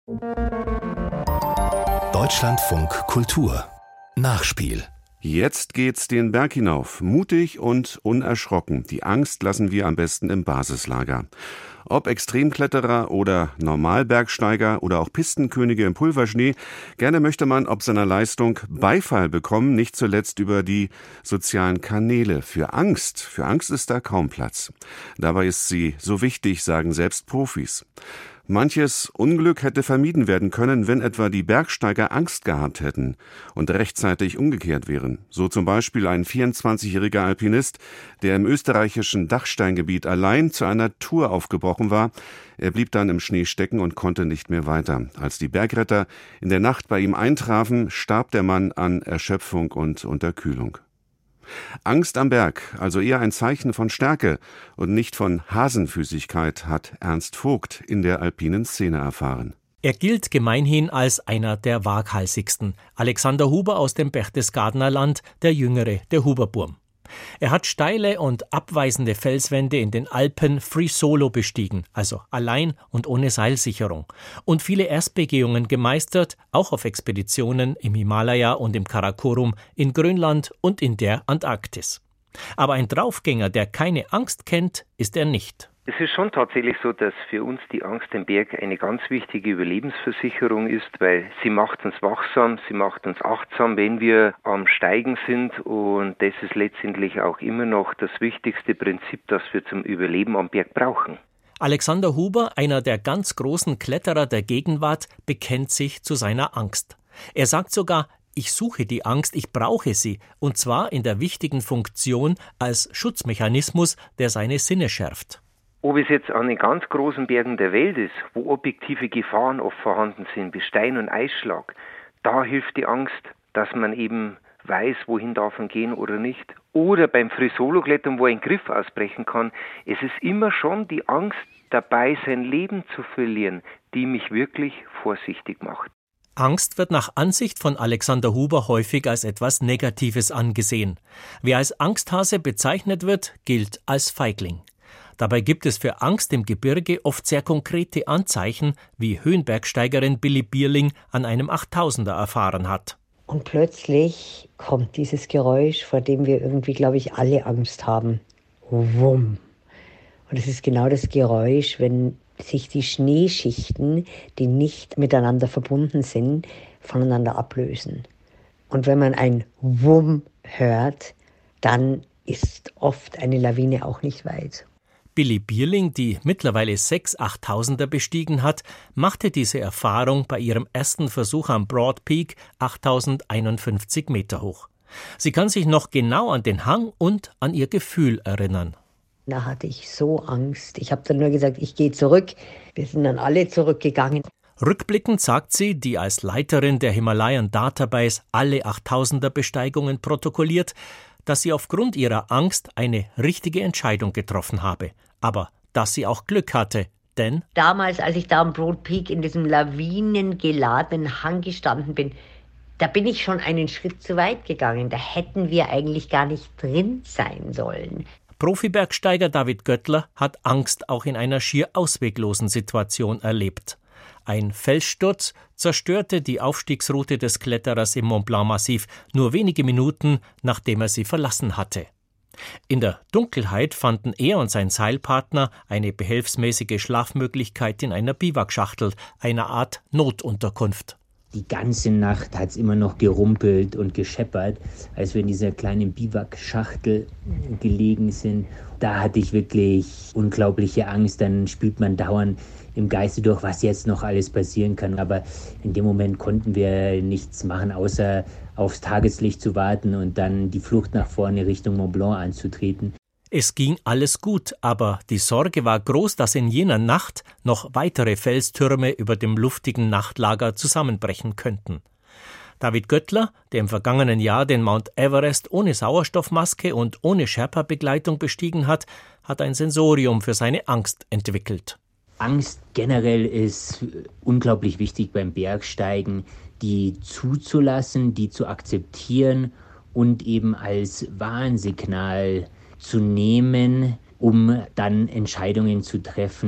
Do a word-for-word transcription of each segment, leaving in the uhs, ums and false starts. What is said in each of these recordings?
Deutschlandfunk Kultur Nachspiel. Jetzt geht's den Berg hinauf, mutig und unerschrocken. Die Angst lassen wir am besten im Basislager. Ob Extremkletterer oder Normalbergsteiger oder auch Pistenkönige im Pulverschnee, gerne möchte man ob seiner Leistung Beifall bekommen, nicht zuletzt über die sozialen Kanäle. Für Angst, für Angst ist da kaum Platz. Dabei ist sie so wichtig, sagen selbst Profis. Manches Unglück hätte vermieden werden können, wenn etwa die Bergsteiger Angst gehabt hätten und rechtzeitig umgekehrt wären. So zum Beispiel ein vierundzwanzigjähriger Alpinist, der im österreichischen Dachsteingebiet allein zu einer Tour aufgebrochen war. Er blieb dann im Schnee stecken und konnte nicht mehr weiter. Als die Bergretter in der Nacht bei ihm eintrafen, starb der Mann an Erschöpfung und Unterkühlung. Angst am Berg, also eher ein Zeichen von Stärke und nicht von Hasenfüßigkeit, hat Ernst Vogt in der alpinen Szene erfahren. Er gilt gemeinhin als einer der waghalsigsten. Alexander Huber aus dem Berchtesgadener Land, der Jüngere, der Huberburm. Er hat steile und abweisende Felswände in den Alpen free solo bestiegen, also allein und ohne Seilsicherung, und viele Erstbegehungen gemeistert, auch auf Expeditionen im Himalaya und im Karakorum, in Grönland und in der Antarktis. Aber ein Draufgänger, der keine Angst kennt, ist er nicht. Es ist schon tatsächlich so, dass für uns die Angst am Berg eine ganz wichtige Überlebensversicherung ist, weil sie macht uns wachsam, sie macht uns achtsam, wenn wir am Steigen sind, und das ist letztendlich auch immer noch das wichtigste Prinzip, das wir zum Überleben am Berg brauchen. Alexander Huber, einer der ganz großen Kletterer der Gegenwart, bekennt sich zu seiner Angst. Er sagt sogar: Ich suche die Angst, ich brauche sie, und zwar in der wichtigen Funktion als Schutzmechanismus, der seine Sinne schärft. Ob es jetzt an den ganz großen Bergen der Welt ist, wo objektive Gefahren oft vorhanden sind, wie Stein- und Eisschlag, da hilft die Angst, dass man eben weiß, wohin darf man gehen oder nicht. Oder beim Free-Solo-Klettern, wo ein Griff ausbrechen kann. Es ist immer schon die Angst dabei, sein Leben zu verlieren, die mich wirklich vorsichtig macht. Angst wird nach Ansicht von Alexander Huber häufig als etwas Negatives angesehen. Wer als Angsthase bezeichnet wird, gilt als Feigling. Dabei gibt es für Angst im Gebirge oft sehr konkrete Anzeichen, wie Höhenbergsteigerin Billy Bierling an einem achttausender erfahren hat. Und plötzlich kommt dieses Geräusch, vor dem wir irgendwie, glaube ich, alle Angst haben. Wumm. Und es ist genau das Geräusch, wenn sich die Schneeschichten, die nicht miteinander verbunden sind, voneinander ablösen. Und wenn man ein Wumm hört, dann ist oft eine Lawine auch nicht weit. Billy Bierling, die mittlerweile sechs achttausender bestiegen hat, machte diese Erfahrung bei ihrem ersten Versuch am Broad Peak, achttausendeinundfünfzig Meter hoch. Sie kann sich noch genau an den Hang und an ihr Gefühl erinnern. Da hatte ich so Angst. Ich habe dann nur gesagt, ich gehe zurück. Wir sind dann alle zurückgegangen. Rückblickend sagt sie, die als Leiterin der Himalayan Database alle achttausender-Besteigungen protokolliert, dass sie aufgrund ihrer Angst eine richtige Entscheidung getroffen habe. Aber dass sie auch Glück hatte, denn damals, als ich da am Broad Peak in diesem lawinengeladenen Hang gestanden bin, da bin ich schon einen Schritt zu weit gegangen. Da hätten wir eigentlich gar nicht drin sein sollen. Profibergsteiger David Göttler hat Angst auch in einer schier ausweglosen Situation erlebt. Ein Felssturz zerstörte die Aufstiegsroute des Kletterers im Mont-Blanc-Massiv nur wenige Minuten, nachdem er sie verlassen hatte. In der Dunkelheit fanden er und sein Seilpartner eine behelfsmäßige Schlafmöglichkeit in einer Biwakschachtel, einer Art Notunterkunft. Die ganze Nacht hat es immer noch gerumpelt und gescheppert, als wir in dieser kleinen Biwakschachtel gelegen sind. Da hatte ich wirklich unglaubliche Angst. Dann spielt man dauernd im Geiste durch, was jetzt noch alles passieren kann. Aber in dem Moment konnten wir nichts machen, außer aufs Tageslicht zu warten und dann die Flucht nach vorne Richtung Mont Blanc anzutreten. Es ging alles gut, aber die Sorge war groß, dass in jener Nacht noch weitere Felstürme über dem luftigen Nachtlager zusammenbrechen könnten. David Göttler, der im vergangenen Jahr den Mount Everest ohne Sauerstoffmaske und ohne Sherpa-Begleitung bestiegen hat, hat ein Sensorium für seine Angst entwickelt. Angst generell ist unglaublich wichtig beim Bergsteigen, die zuzulassen, die zu akzeptieren und eben als Warnsignal zu nehmen, um dann Entscheidungen zu treffen,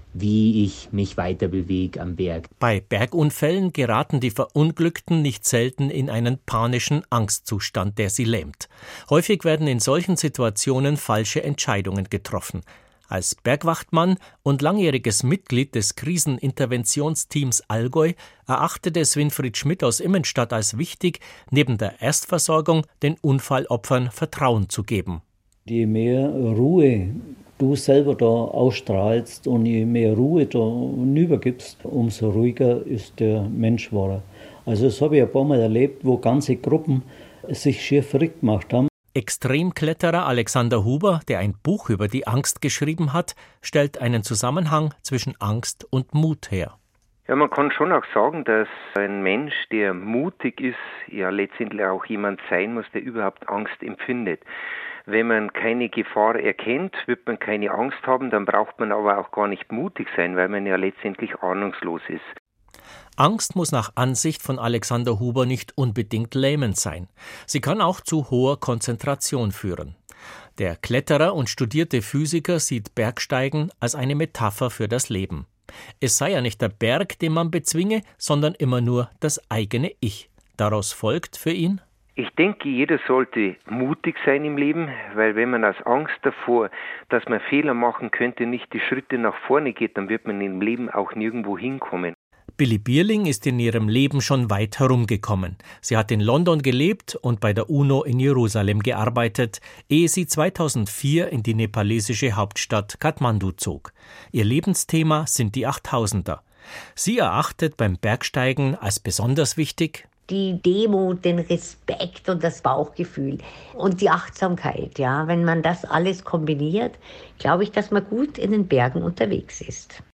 wie ich mich weiter bewege am Berg. Bei Bergunfällen geraten die Verunglückten nicht selten in einen panischen Angstzustand, der sie lähmt. Häufig werden in solchen Situationen falsche Entscheidungen getroffen. Als Bergwachtmann und langjähriges Mitglied des Kriseninterventionsteams Allgäu erachtete Winfried Schmidt aus Immenstadt als wichtig, neben der Erstversorgung den Unfallopfern Vertrauen zu geben. Je mehr Ruhe du selber da ausstrahlst und je mehr Ruhe du hinübergibst, umso ruhiger ist der Mensch geworden. Also das habe ich ein paar Mal erlebt, wo ganze Gruppen sich schier verrückt gemacht haben. Extremkletterer Alexander Huber, der ein Buch über die Angst geschrieben hat, stellt einen Zusammenhang zwischen Angst und Mut her. Ja, man kann schon auch sagen, dass ein Mensch, der mutig ist, ja letztendlich auch jemand sein muss, der überhaupt Angst empfindet. Wenn man keine Gefahr erkennt, wird man keine Angst haben, dann braucht man aber auch gar nicht mutig sein, weil man ja letztendlich ahnungslos ist. Angst muss nach Ansicht von Alexander Huber nicht unbedingt lähmend sein. Sie kann auch zu hoher Konzentration führen. Der Kletterer und studierte Physiker sieht Bergsteigen als eine Metapher für das Leben. Es sei ja nicht der Berg, den man bezwinge, sondern immer nur das eigene Ich. Daraus folgt für ihn: Ich denke, jeder sollte mutig sein im Leben, weil wenn man aus Angst davor, dass man Fehler machen könnte, nicht die Schritte nach vorne geht, dann wird man im Leben auch nirgendwo hinkommen. Billy Bierling ist in ihrem Leben schon weit herumgekommen. Sie hat in London gelebt und bei der UNO in Jerusalem gearbeitet, ehe sie zweitausendvier in die nepalesische Hauptstadt Kathmandu zog. Ihr Lebensthema sind die Achttausender. Sie erachtet beim Bergsteigen als besonders wichtig die Demut, den Respekt und das Bauchgefühl und die Achtsamkeit. Ja, wenn man das alles kombiniert, glaube ich, dass man gut in den Bergen unterwegs ist.